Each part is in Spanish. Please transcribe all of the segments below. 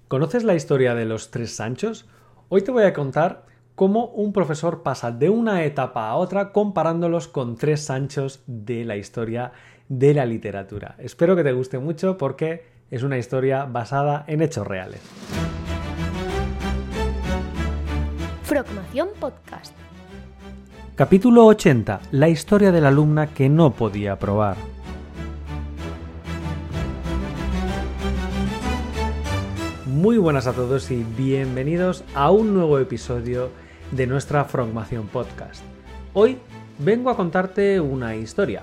¿Conoces la historia de los tres Sanchos? Hoy te voy a contar cómo un profesor pasa de una etapa a otra comparándolos con tres Sanchos de la historia de la literatura. Espero que te guste mucho porque es una historia basada en hechos reales. Frogmación Podcast. Capítulo 80. La historia de la alumna que no podía aprobar. Muy buenas a todos y bienvenidos a un nuevo episodio de nuestra Frogmación Podcast. Hoy vengo a contarte una historia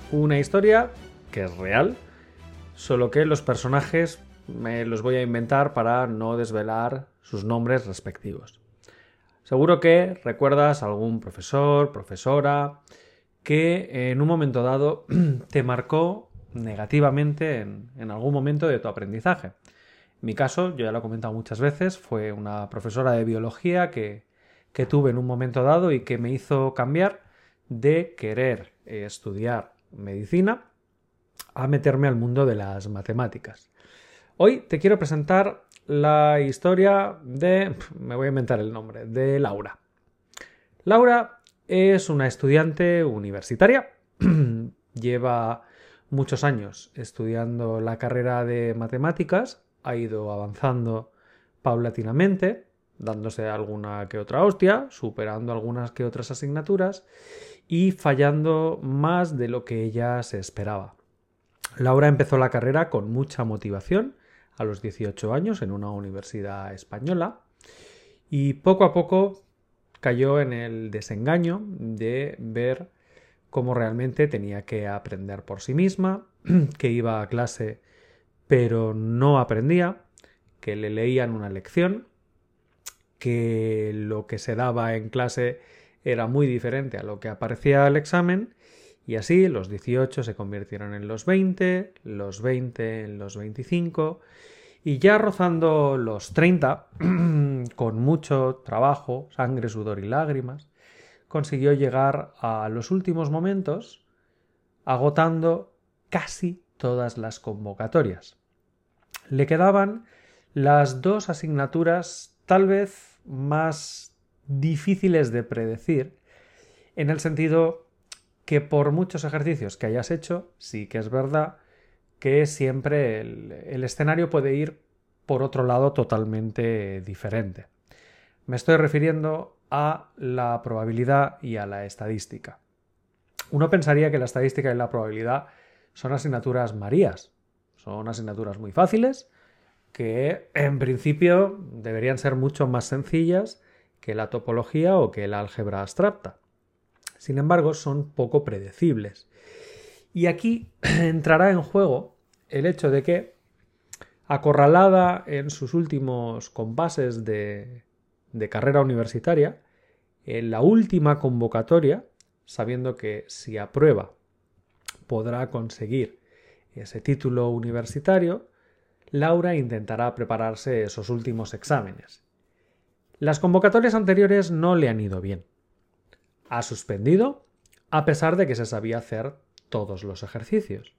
que es real, solo que los personajes me los voy a inventar para no desvelar sus nombres respectivos. Seguro que recuerdas a algún profesor, profesora, que en un momento dado te marcó negativamente en algún momento de tu aprendizaje. En mi caso, yo ya lo he comentado muchas veces, fue una profesora de biología que tuve en un momento dado y que me hizo cambiar de querer estudiar medicina a meterme al mundo de las matemáticas. Hoy te quiero presentar la historia me voy a inventar el nombre, de Laura. Laura es una estudiante universitaria, lleva muchos años estudiando la carrera de matemáticas, ha ido avanzando paulatinamente, dándose alguna que otra hostia, superando algunas que otras asignaturas y fallando más de lo que ella se esperaba. Laura empezó la carrera con mucha motivación a los 18 años en una universidad española y poco a poco cayó en el desengaño de ver cómo realmente tenía que aprender por sí misma, que iba a clase pero no aprendía, que le leían una lección, que lo que se daba en clase era muy diferente a lo que aparecía al examen, y así los 18 se convirtieron en los 20 en los 25, y ya rozando los 30, con mucho trabajo, sangre, sudor y lágrimas, consiguió llegar a los últimos momentos agotando casi todas las convocatorias. Le quedaban las dos asignaturas tal vez más difíciles de predecir, en el sentido que por muchos ejercicios que hayas hecho, sí que es verdad que siempre el escenario puede ir por otro lado totalmente diferente. Me estoy refiriendo a la probabilidad y a la estadística. Uno pensaría que la estadística y la probabilidad son asignaturas marías, son asignaturas muy fáciles que en principio deberían ser mucho más sencillas que la topología o que la álgebra abstracta. Sin embargo, son poco predecibles. Y aquí entrará en juego el hecho de que, acorralada en sus últimos compases de carrera universitaria, en la última convocatoria, sabiendo que si aprueba podrá conseguir ese título universitario, Laura intentará prepararse esos últimos exámenes. Las convocatorias anteriores no le han ido bien. Ha suspendido, a pesar de que se sabía hacer todos los ejercicios.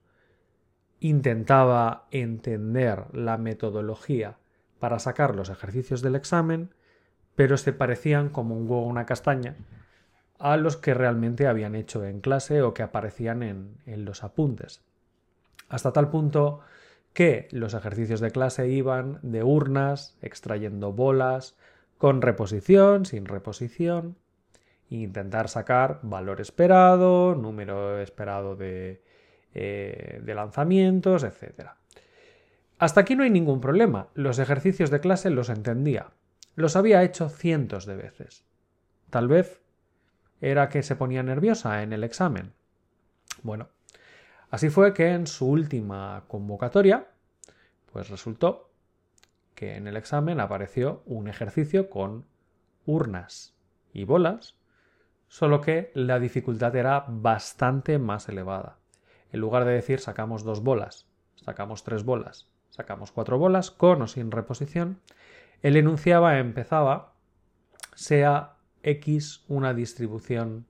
Intentaba entender la metodología para sacar los ejercicios del examen, pero se parecían como un huevo a una castaña a los que realmente habían hecho en clase o que aparecían en los apuntes. Hasta tal punto que los ejercicios de clase iban de urnas, extrayendo bolas, con reposición, sin reposición, e intentar sacar valor esperado, número esperado de lanzamientos, etc. Hasta aquí no hay ningún problema. Los ejercicios de clase los entendía. Los había hecho cientos de veces. Tal vez era que se ponía nerviosa en el examen. Bueno, así fue que en su última convocatoria, pues resultó que en el examen apareció un ejercicio con urnas y bolas, solo que la dificultad era bastante más elevada. En lugar de decir sacamos 2 bolas, sacamos 3 bolas, sacamos 4 bolas, con o sin reposición, el enunciado empezaba sea X una distribución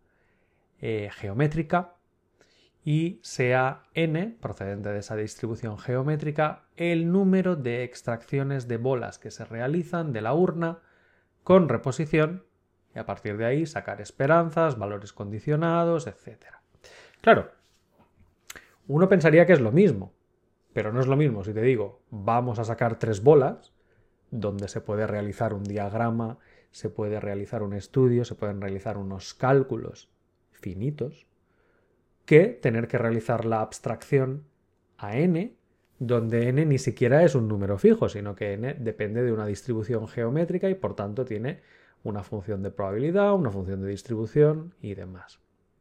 geométrica y sea n, procedente de esa distribución geométrica, el número de extracciones de bolas que se realizan de la urna con reposición y a partir de ahí sacar esperanzas, valores condicionados, etc. Claro, uno pensaría que es lo mismo, pero no es lo mismo si te digo vamos a sacar 3 bolas, donde se puede realizar un diagrama, se puede realizar un estudio, se pueden realizar unos cálculos finitos, que tener que realizar la abstracción a n, donde n ni siquiera es un número fijo, sino que n depende de una distribución geométrica y por tanto tiene una función de probabilidad, una función de distribución y demás.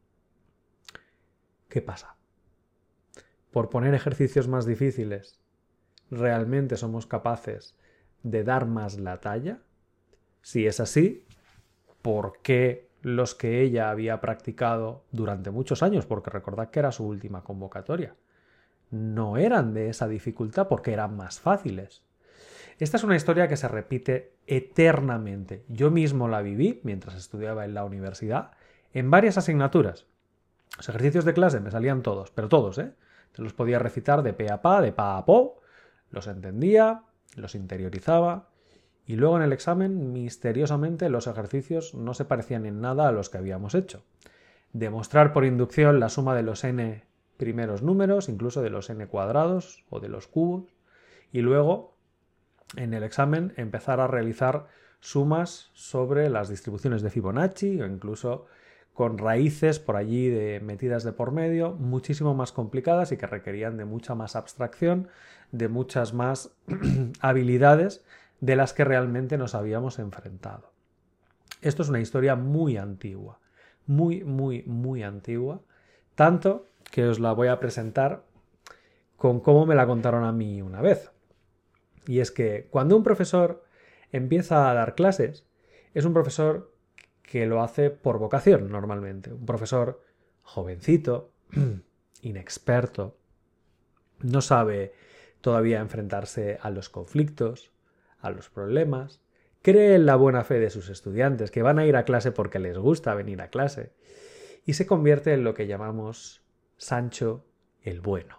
¿Qué pasa? Por poner ejercicios más difíciles, ¿realmente somos capaces de dar más la talla? Si es así, ¿por qué los que ella había practicado durante muchos años, porque recordad que era su última convocatoria, no eran de esa dificultad porque eran más fáciles? Esta es una historia que se repite eternamente. Yo mismo la viví mientras estudiaba en la universidad en varias asignaturas. Los ejercicios de clase me salían todos, pero todos, ¿eh? Te los podía recitar de pe a pa, de pa a po, los entendía, los interiorizaba y luego en el examen, misteriosamente, los ejercicios no se parecían en nada a los que habíamos hecho. Demostrar por inducción la suma de los n primeros números, incluso de los n cuadrados o de los cubos, y luego en el examen empezar a realizar sumas sobre las distribuciones de Fibonacci o incluso con raíces por allí metidas de por medio, muchísimo más complicadas y que requerían de mucha más abstracción, de muchas más habilidades de las que realmente nos habíamos enfrentado. Esto es una historia muy antigua, muy antigua, tanto que os la voy a presentar con cómo me la contaron a mí una vez. Y es que cuando un profesor empieza a dar clases, es un profesor que lo hace por vocación normalmente. Un profesor jovencito, inexperto, no sabe todavía enfrentarse a los conflictos, a los problemas, cree en la buena fe de sus estudiantes, que van a ir a clase porque les gusta venir a clase, y se convierte en lo que llamamos Sancho el Bueno.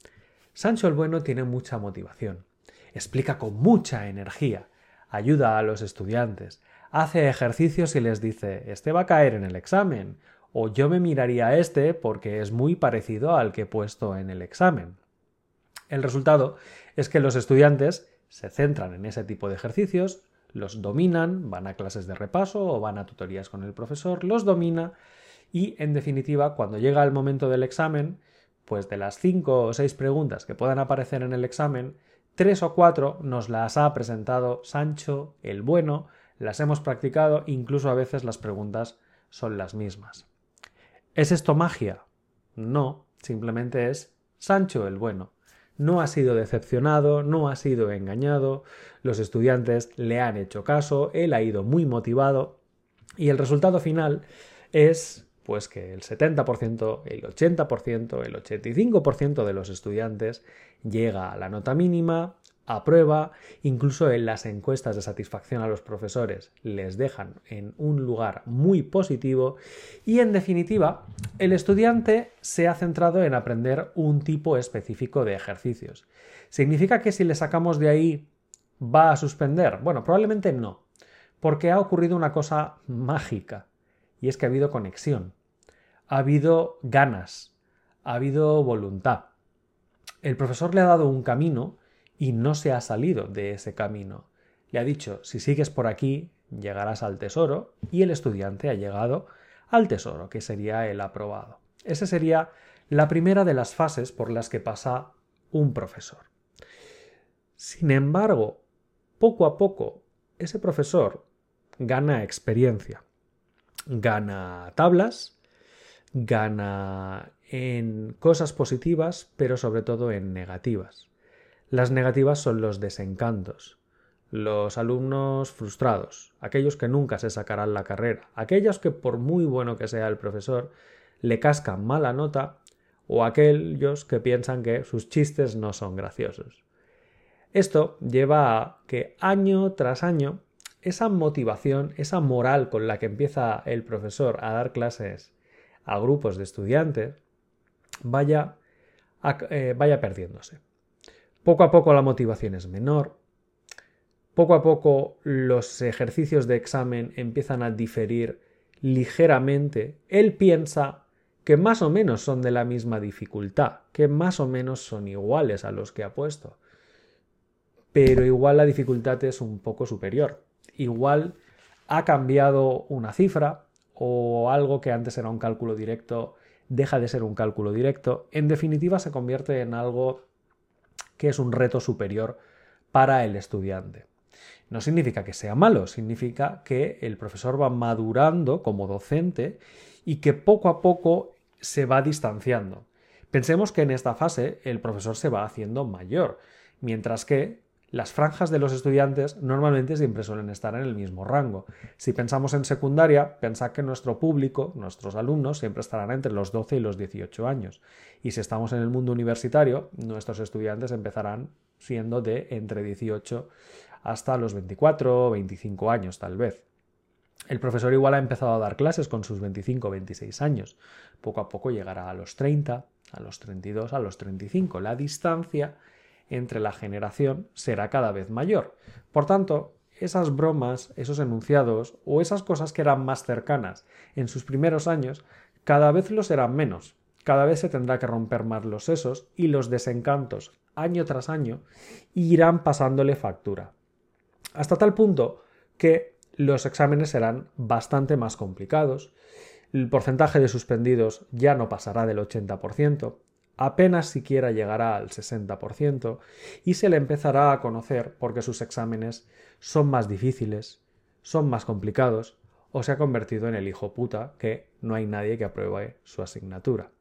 Sancho el Bueno tiene mucha motivación, explica con mucha energía, ayuda a los estudiantes, hace ejercicios y les dice, este va a caer en el examen, o yo me miraría a este porque es muy parecido al que he puesto en el examen. El resultado es que los estudiantes se centran en ese tipo de ejercicios, los dominan, van a clases de repaso o van a tutorías con el profesor, los domina y, en definitiva, cuando llega el momento del examen, pues de las 5 o 6 preguntas que puedan aparecer en el examen, 3 o 4 nos las ha presentado Sancho el Bueno, las hemos practicado, incluso a veces las preguntas son las mismas. ¿Es esto magia? No, simplemente es Sancho el Bueno. No ha sido decepcionado, no ha sido engañado, los estudiantes le han hecho caso, él ha ido muy motivado y el resultado final es pues que el 70%, el 80%, el 85% de los estudiantes llega a la nota mínima, aprueba, incluso en las encuestas de satisfacción a los profesores les dejan en un lugar muy positivo y, en definitiva, el estudiante se ha centrado en aprender un tipo específico de ejercicios. ¿Significa que si le sacamos de ahí va a suspender? Bueno, probablemente no, porque ha ocurrido una cosa mágica y es que ha habido conexión, ha habido ganas, ha habido voluntad. El profesor le ha dado un camino y no se ha salido de ese camino. Le ha dicho, si sigues por aquí, llegarás al tesoro, y el estudiante ha llegado al tesoro, que sería el aprobado. Esa sería la primera de las fases por las que pasa un profesor. Sin embargo, poco a poco, ese profesor gana experiencia, gana tablas, gana en cosas positivas, pero sobre todo en negativas. Las negativas son los desencantos, los alumnos frustrados, aquellos que nunca se sacarán la carrera, aquellos que por muy bueno que sea el profesor le cascan mala nota o aquellos que piensan que sus chistes no son graciosos. Esto lleva a que año tras año esa motivación, esa moral con la que empieza el profesor a dar clases a grupos de estudiantes vaya perdiéndose. Poco a poco la motivación es menor, poco a poco los ejercicios de examen empiezan a diferir ligeramente. Él piensa que más o menos son de la misma dificultad, que más o menos son iguales a los que ha puesto. Pero igual la dificultad es un poco superior. Igual ha cambiado una cifra o algo que antes era un cálculo directo deja de ser un cálculo directo. En definitiva, se convierte en algo que es un reto superior para el estudiante. No significa que sea malo, significa que el profesor va madurando como docente y que poco a poco se va distanciando. Pensemos que en esta fase el profesor se va haciendo mayor, mientras que las franjas de los estudiantes normalmente siempre suelen estar en el mismo rango. Si pensamos en secundaria, pensad que nuestro público, nuestros alumnos, siempre estarán entre los 12 y los 18 años. Y si estamos en el mundo universitario, nuestros estudiantes empezarán siendo de entre 18 hasta los 24 o 25 años tal vez. El profesor igual ha empezado a dar clases con sus 25 o 26 años. Poco a poco llegará a los 30, a los 32, a los 35. La distancia entre la generación será cada vez mayor. Por tanto, esas bromas, esos enunciados o esas cosas que eran más cercanas en sus primeros años, cada vez lo serán menos. Cada vez se tendrá que romper más los sesos y los desencantos, año tras año, irán pasándole factura. Hasta tal punto que los exámenes serán bastante más complicados, el porcentaje de suspendidos ya no pasará del 80%, apenas siquiera llegará al 60% y se le empezará a conocer porque sus exámenes son más difíciles, son más complicados o se ha convertido en el hijo puta que no hay nadie que apruebe su asignatura.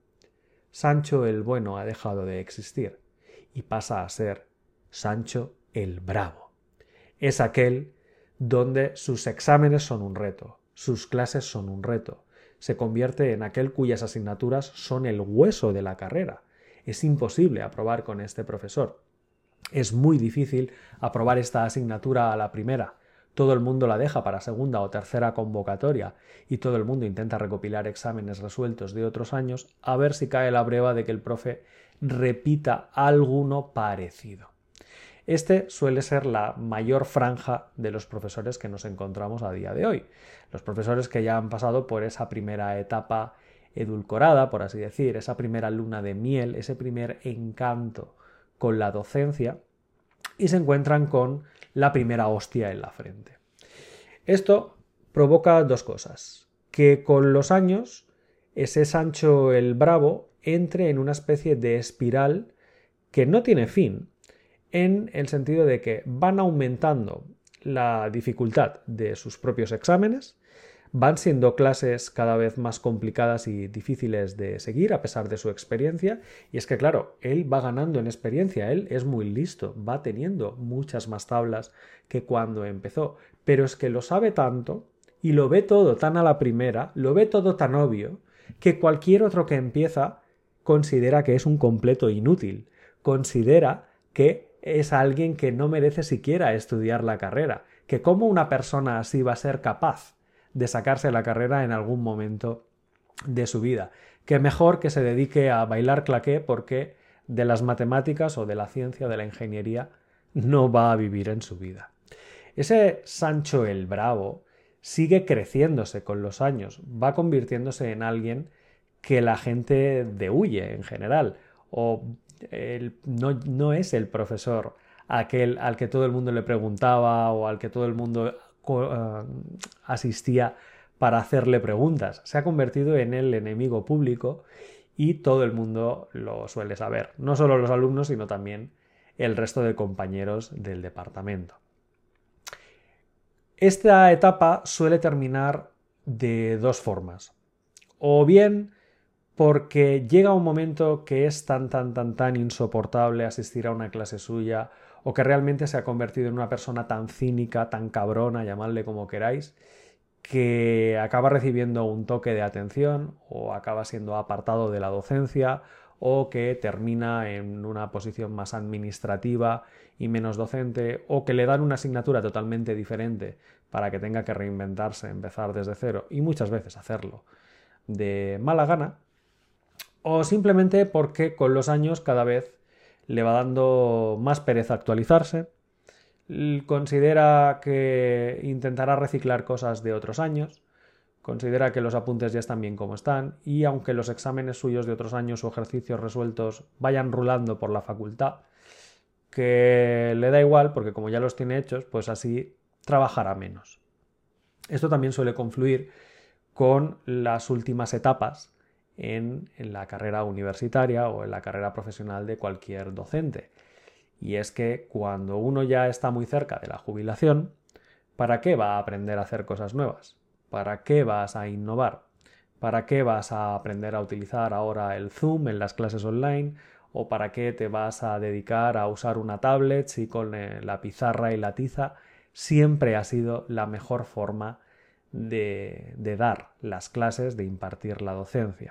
Sancho el Bueno ha dejado de existir y pasa a ser Sancho el Bravo. Es aquel donde sus exámenes son un reto, sus clases son un reto. Se convierte en aquel cuyas asignaturas son el hueso de la carrera. Es imposible aprobar con este profesor. Es muy difícil aprobar esta asignatura a la primera. Todo el mundo la deja para segunda o tercera convocatoria y todo el mundo intenta recopilar exámenes resueltos de otros años a ver si cae la breva de que el profe repita alguno parecido. Este suele ser la mayor franja de los profesores que nos encontramos a día de hoy. Los profesores que ya han pasado por esa primera etapa edulcorada, por así decir, esa primera luna de miel, ese primer encanto con la docencia y se encuentran con la primera hostia en la frente. Esto provoca dos cosas, que con los años ese Sancho el Bravo entre en una especie de espiral que no tiene fin, en el sentido de que van aumentando la dificultad de sus propios exámenes, van siendo clases cada vez más complicadas y difíciles de seguir a pesar de su experiencia, y es que claro, él va ganando en experiencia, él es muy listo, va teniendo muchas más tablas que cuando empezó, pero es que lo sabe tanto y lo ve todo tan a la primera, lo ve todo tan obvio, que cualquier otro que empieza considera que es un completo inútil, considera que es alguien que no merece siquiera estudiar la carrera, que cómo una persona así va a ser capaz de sacarse la carrera en algún momento de su vida, que mejor que se dedique a bailar claqué porque de las matemáticas o de la ciencia o de la ingeniería no va a vivir en su vida. Ese Sancho el Bravo sigue creciéndose con los años, va convirtiéndose en alguien que la gente dehuye en general, o no es el profesor aquel al que todo el mundo le preguntaba o al que todo el mundo asistía para hacerle preguntas. Se ha convertido en el enemigo público y todo el mundo lo suele saber. No solo los alumnos, sino también el resto de compañeros del departamento. Esta etapa suele terminar de dos formas. O bien porque llega un momento que es tan insoportable asistir a una clase suya, o que realmente se ha convertido en una persona tan cínica, tan cabrona, llamadle como queráis, que acaba recibiendo un toque de atención o acaba siendo apartado de la docencia o que termina en una posición más administrativa y menos docente, o que le dan una asignatura totalmente diferente para que tenga que reinventarse, empezar desde cero y muchas veces hacerlo de mala gana, o simplemente porque con los años cada vez le va dando más pereza actualizarse, considera que intentará reciclar cosas de otros años, considera que los apuntes ya están bien como están y aunque los exámenes suyos de otros años o ejercicios resueltos vayan rulando por la facultad, que le da igual porque como ya los tiene hechos, pues así trabajará menos. Esto también suele confluir con las últimas etapas en la carrera universitaria o en la carrera profesional de cualquier docente. Y es que cuando uno ya está muy cerca de la jubilación, ¿para qué va a aprender a hacer cosas nuevas? ¿Para qué vas a innovar? ¿Para qué vas a aprender a utilizar ahora el Zoom en las clases online? ¿O para qué te vas a dedicar a usar una tablet si con la pizarra y la tiza siempre ha sido la mejor forma de dar las clases, de impartir la docencia?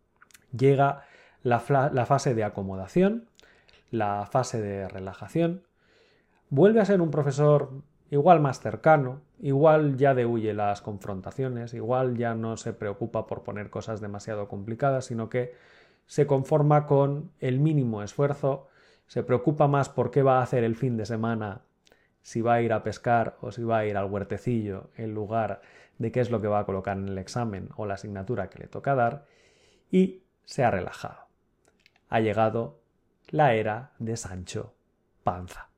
Llega la fase de acomodación, la fase de relajación, vuelve a ser un profesor igual más cercano, igual ya dehuye las confrontaciones, igual ya no se preocupa por poner cosas demasiado complicadas, sino que se conforma con el mínimo esfuerzo, se preocupa más por qué va a hacer el fin de semana, si va a ir a pescar o si va a ir al huertecillo, en lugar de qué es lo que va a colocar en el examen o la asignatura que le toca dar, y se ha relajado. Ha llegado la era de Sancho Panza.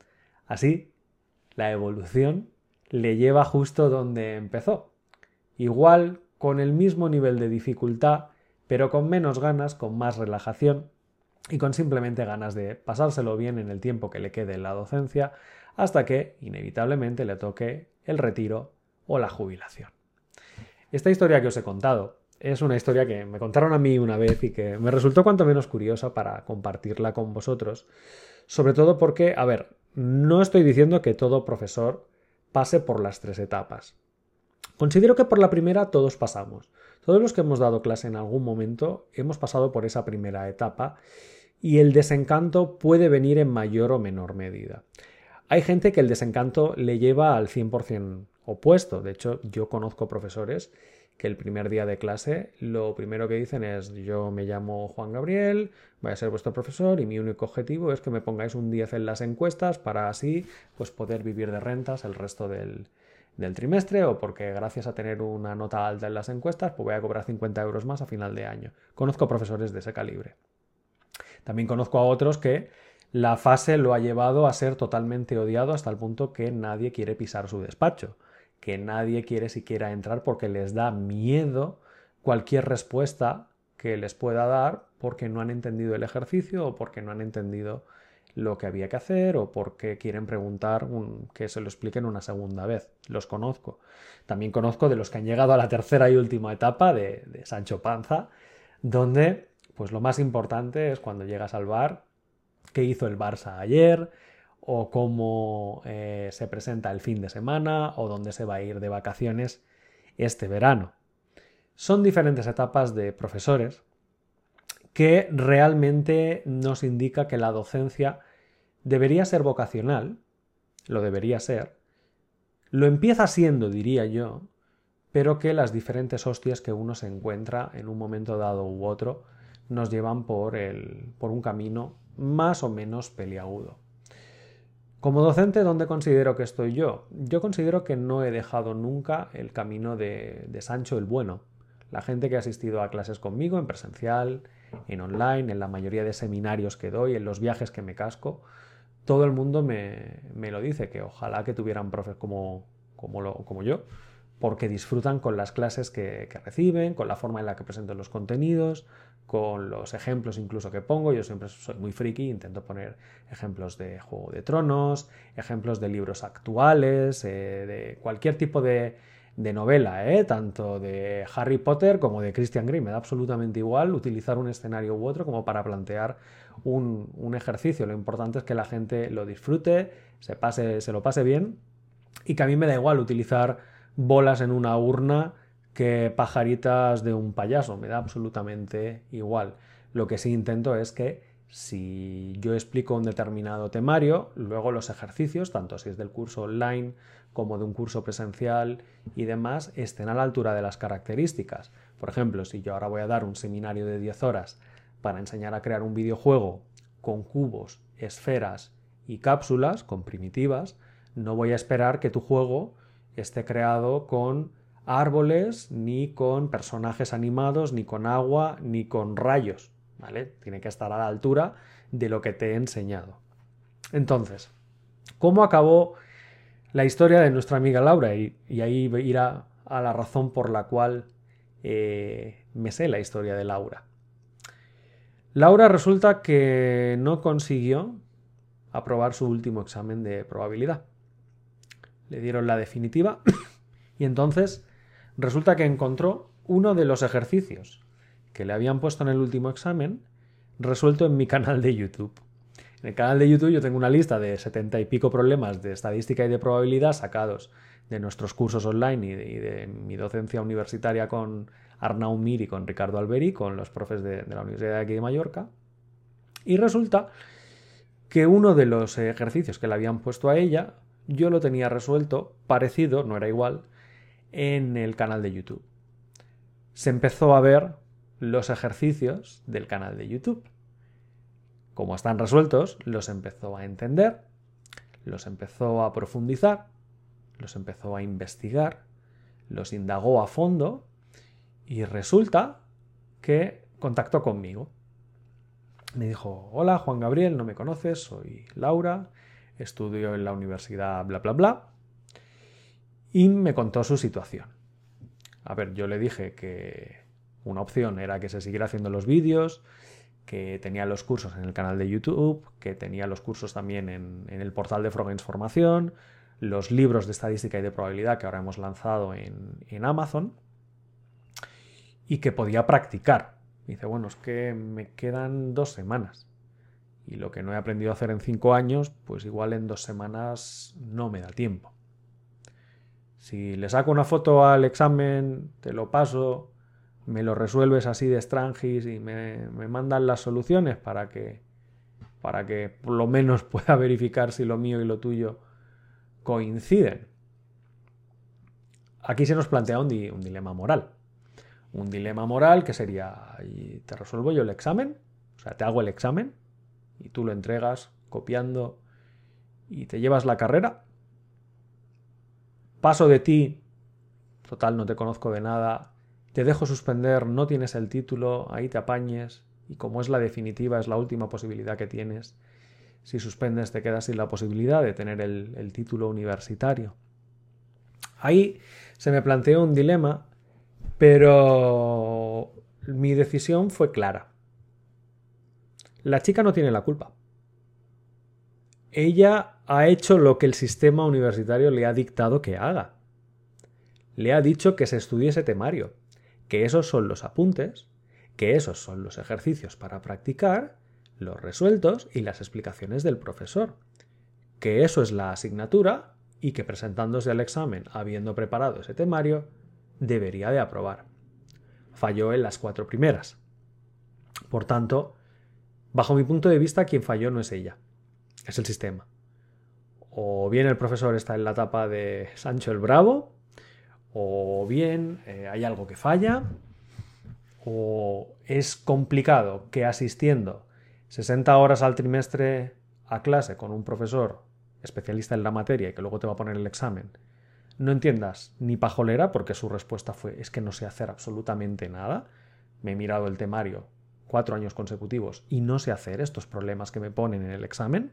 Así, la evolución le lleva justo donde empezó. Igual, con el mismo nivel de dificultad, pero con menos ganas, con más relajación y con simplemente ganas de pasárselo bien en el tiempo que le quede en la docencia, hasta que, inevitablemente, le toque el retiro o la jubilación. Esta historia que os he contado es una historia que me contaron a mí una vez y que me resultó cuanto menos curiosa para compartirla con vosotros, sobre todo porque, a ver, no estoy diciendo que todo profesor pase por las 3 etapas. Considero que por la primera todos pasamos. Todos los que hemos dado clase en algún momento hemos pasado por esa primera etapa y el desencanto puede venir en mayor o menor medida. Hay gente que el desencanto le lleva al 100% opuesto. De hecho, yo conozco profesores que el primer día de clase lo primero que dicen es: yo me llamo Juan Gabriel, voy a ser vuestro profesor y mi único objetivo es que me pongáis un 10 en las encuestas para así pues poder vivir de rentas el resto del trimestre, o porque gracias a tener una nota alta en las encuestas pues voy a cobrar 50 euros más a final de año. Conozco profesores de ese calibre. También conozco a otros que la fase lo ha llevado a ser totalmente odiado hasta el punto que nadie quiere pisar su despacho, que nadie quiere siquiera entrar porque les da miedo cualquier respuesta que les pueda dar porque no han entendido el ejercicio o porque no han entendido lo que había que hacer o porque quieren preguntar que se lo expliquen una segunda vez. Los conozco. También conozco de los que han llegado a la tercera y última etapa de Sancho Panza, donde pues lo más importante es cuando llegas al bar, qué hizo el Barça ayer, o cómo se presenta el fin de semana, o dónde se va a ir de vacaciones este verano. Son diferentes etapas de profesores que realmente nos indica que la docencia debería ser vocacional, lo debería ser, lo empieza siendo, diría yo, pero que las diferentes hostias que uno se encuentra en un momento dado u otro nos llevan por un camino más o menos peliagudo. Como docente, ¿dónde considero que estoy yo? Yo considero que no he dejado nunca el camino de Sancho el Bueno. La gente que ha asistido a clases conmigo, en presencial, en online, en la mayoría de seminarios que doy, en los viajes que me casco, todo el mundo me lo dice, que ojalá que tuvieran profes como yo, porque disfrutan con las clases que reciben, con la forma en la que presento los contenidos, con los ejemplos incluso que pongo. Yo siempre soy muy friki, intento poner ejemplos de Juego de Tronos, ejemplos de libros actuales, de cualquier tipo de novela, tanto de Harry Potter como de Christian Grey. Me da absolutamente igual utilizar un escenario u otro como para plantear un ejercicio. Lo importante es que la gente lo disfrute, se lo pase bien, y que a mí me da igual utilizar bolas en una urna que pajaritas de un payaso, me da absolutamente igual. Lo que sí intento es que si yo explico un determinado temario, luego los ejercicios, tanto si es del curso online como de un curso presencial y demás, estén a la altura de las características. Por ejemplo, si yo ahora voy a dar un seminario de 10 horas para enseñar a crear un videojuego con cubos, esferas y cápsulas, con primitivas, no voy a esperar que tu juego esté creado con árboles, ni con personajes animados, ni con agua, ni con rayos, ¿vale? Tiene que estar a la altura de lo que te he enseñado. Entonces, ¿cómo acabó la historia de nuestra amiga Laura? Y ahí irá a la razón por la cual me sé la historia de Laura. Laura resulta que no consiguió aprobar su último examen de probabilidad. Le dieron la definitiva y entonces resulta que encontró uno de los ejercicios que le habían puesto en el último examen resuelto en mi canal de YouTube. En el canal de YouTube yo tengo una lista de 70 y pico problemas de estadística y de probabilidad sacados de nuestros cursos online y de mi docencia universitaria con Arnau Mir y con Ricardo Alberi, con los profes de la Universidad de aquí de Mallorca. Y resulta que uno de los ejercicios que le habían puesto a ella, yo lo tenía resuelto, parecido, no era igual, en el canal de YouTube. Se empezó a ver los ejercicios del canal de YouTube. Como están resueltos, los empezó a entender, los empezó a profundizar, los empezó a investigar, los indagó a fondo y resulta que contactó conmigo. Me dijo: hola Juan Gabriel, no me conoces, soy Laura, estudio en la universidad bla bla bla, y me contó su situación. A ver, yo le dije que una opción era que se siguiera haciendo los vídeos, que tenía los cursos en el canal de YouTube, que tenía los cursos también en el portal de Froggens Formación, los libros de estadística y de probabilidad que ahora hemos lanzado en Amazon, y que podía practicar. Me dice: bueno, es que me quedan 2 semanas y lo que no he aprendido a hacer en 5 años, pues igual en 2 semanas no me da tiempo. Si le saco una foto al examen, te lo paso, me lo resuelves así de Strangis y me mandan las soluciones para que por lo menos pueda verificar si lo mío y lo tuyo coinciden. Aquí se nos plantea un dilema moral. Un dilema moral que sería: ¿te resuelvo yo el examen? O sea, te hago el examen y tú lo entregas copiando y te llevas la carrera. Paso de ti, total, no te conozco de nada, te dejo suspender, no tienes el título, ahí te apañes, y como es la definitiva, es la última posibilidad que tienes, si suspendes te quedas sin la posibilidad de tener el título universitario. Ahí se me planteó un dilema, pero mi decisión fue clara. La chica no tiene la culpa. Ella ha hecho lo que el sistema universitario le ha dictado que haga. Le ha dicho que se estudie ese temario, que esos son los apuntes, que esos son los ejercicios para practicar, los resueltos y las explicaciones del profesor, que eso es la asignatura y que presentándose al examen habiendo preparado ese temario, debería de aprobar. Falló en las 4 primeras. Por tanto, bajo mi punto de vista, quien falló no es ella, es el sistema. O bien el profesor está en la etapa de Sancho el Bravo, o bien hay algo que falla, o es complicado que asistiendo 60 horas al trimestre a clase con un profesor especialista en la materia y que luego te va a poner el examen, no entiendas ni pajolera, porque su respuesta fue: es que no sé hacer absolutamente nada, me he mirado el temario 4 años consecutivos y no sé hacer estos problemas que me ponen en el examen.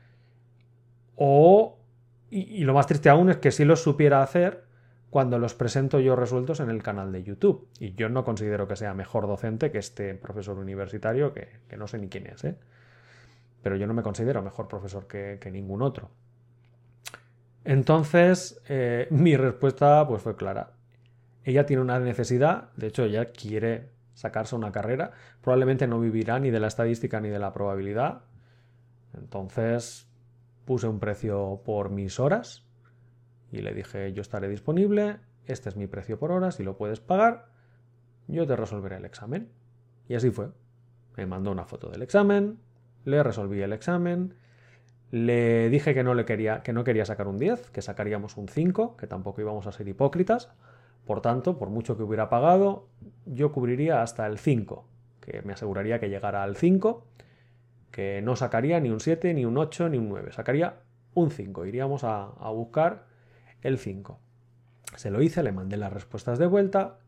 Y lo más triste aún es que sí los supiera hacer cuando los presento yo resueltos en el canal de YouTube. Y yo no considero que sea mejor docente que este profesor universitario, que no sé ni quién es, pero yo no me considero mejor profesor que ningún otro. Entonces, mi respuesta pues fue clara. Ella tiene una necesidad, de hecho ella quiere sacarse una carrera, probablemente no vivirá ni de la estadística ni de la probabilidad. Entonces puse un precio por mis horas y le dije: yo estaré disponible, este es mi precio por hora, si lo puedes pagar, yo te resolveré el examen. Y así fue. Me mandó una foto del examen, le resolví el examen, le dije que no quería sacar un 10, que sacaríamos un 5, que tampoco íbamos a ser hipócritas. Por tanto, por mucho que hubiera pagado, yo cubriría hasta el 5, que me aseguraría que llegara al 5. que no sacaría ni un 7, ni un 8, ni un 9, sacaría un 5. Iríamos a buscar el 5. Se lo hice, le mandé las respuestas de vuelta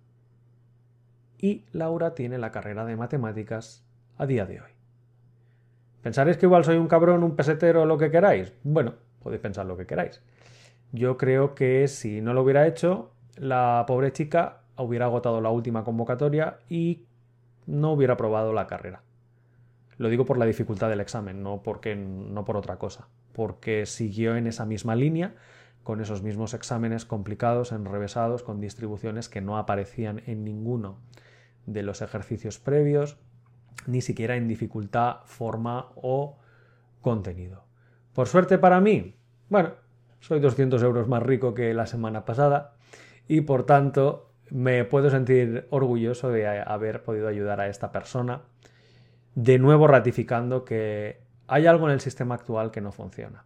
y Laura tiene la carrera de matemáticas a día de hoy. ¿Pensaréis que igual soy un cabrón, un pesetero o lo que queráis? Bueno, podéis pensar lo que queráis. Yo creo que si no lo hubiera hecho, la pobre chica hubiera agotado la última convocatoria y no hubiera aprobado la carrera. Lo digo por la dificultad del examen, no por otra cosa. Porque siguió en esa misma línea, con esos mismos exámenes complicados, enrevesados, con distribuciones que no aparecían en ninguno de los ejercicios previos, ni siquiera en dificultad, forma o contenido. Por suerte para mí, bueno, soy 200 euros más rico que la semana pasada y por tanto me puedo sentir orgulloso de haber podido ayudar a esta persona, de nuevo ratificando que hay algo en el sistema actual que no funciona.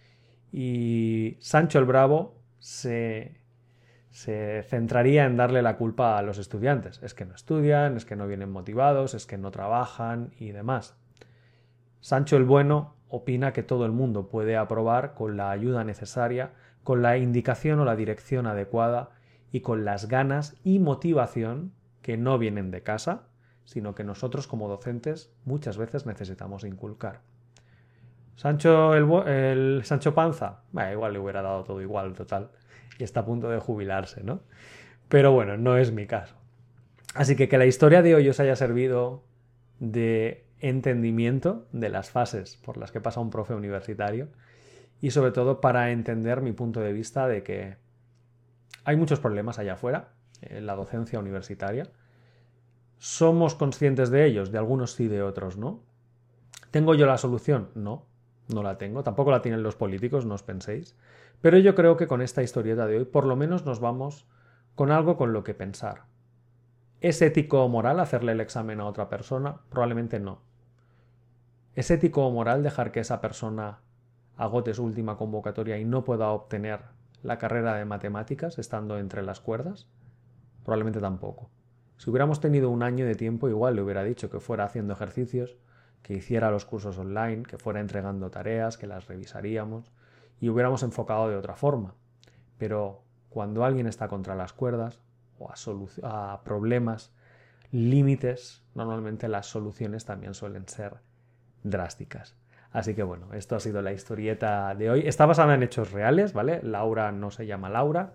Y Sancho el Bravo se centraría en darle la culpa a los estudiantes. Es que no estudian, es que no vienen motivados, es que no trabajan y demás. Sancho el Bueno opina que todo el mundo puede aprobar con la ayuda necesaria, con la indicación o la dirección adecuada y con las ganas y motivación que no vienen de casa, sino que nosotros como docentes muchas veces necesitamos inculcar. Sancho el Sancho Panza, igual le hubiera dado todo igual, total, y está a punto de jubilarse, ¿no? Pero bueno, no es mi caso. Así que la historia de hoy os haya servido de entendimiento de las fases por las que pasa un profe universitario y sobre todo para entender mi punto de vista de que hay muchos problemas allá afuera en la docencia universitaria. ¿Somos conscientes de ellos? De algunos sí, de otros no. ¿Tengo yo la solución? No la tengo. Tampoco la tienen los políticos, no os penséis. Pero yo creo que con esta historieta de hoy por lo menos nos vamos con algo con lo que pensar. ¿Es ético o moral hacerle el examen a otra persona? Probablemente no. ¿Es ético o moral dejar que esa persona agote su última convocatoria y no pueda obtener la carrera de matemáticas estando entre las cuerdas? Probablemente tampoco. Si hubiéramos tenido un año de tiempo, igual le hubiera dicho que fuera haciendo ejercicios, que hiciera los cursos online, que fuera entregando tareas, que las revisaríamos y hubiéramos enfocado de otra forma. Pero cuando alguien está contra las cuerdas o a problemas, límites, normalmente las soluciones también suelen ser drásticas. Así que bueno, esto ha sido la historieta de hoy. Está basada en hechos reales, ¿vale? Laura no se llama Laura,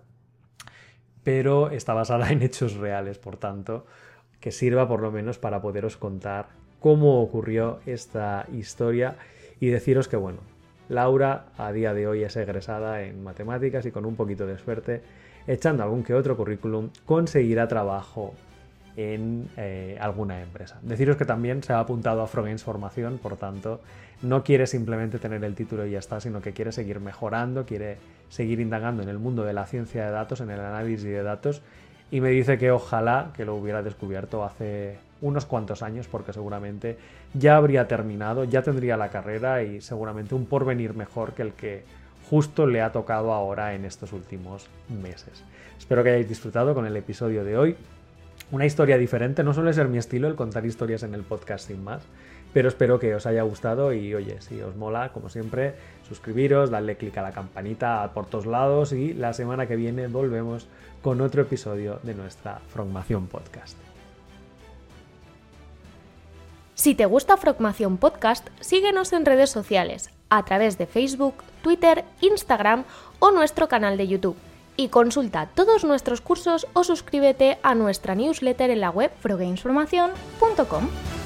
pero está basada en hechos reales, por tanto, que sirva por lo menos para poderos contar cómo ocurrió esta historia y deciros que, bueno, Laura a día de hoy es egresada en matemáticas y con un poquito de suerte, echando algún que otro currículum, conseguirá trabajo en alguna empresa. Deciros que también se ha apuntado a Frogames Formación, por tanto, no quiere simplemente tener el título y ya está, sino que quiere seguir mejorando, quiere seguir indagando en el mundo de la ciencia de datos, en el análisis de datos, y me dice que ojalá que lo hubiera descubierto hace unos cuantos años, porque seguramente ya habría terminado, ya tendría la carrera y seguramente un porvenir mejor que el que justo le ha tocado ahora en estos últimos meses. Espero que hayáis disfrutado con el episodio de hoy. Una historia diferente, no suele ser mi estilo el contar historias en el podcast sin más, pero espero que os haya gustado y oye, si os mola, como siempre, suscribiros, dadle clic a la campanita por todos lados y la semana que viene volvemos con otro episodio de nuestra Frogmación Podcast. Si te gusta Frogmación Podcast, síguenos en redes sociales, a través de Facebook, Twitter, Instagram o nuestro canal de YouTube. Y consulta todos nuestros cursos o suscríbete a nuestra newsletter en la web frogamesformacion.com.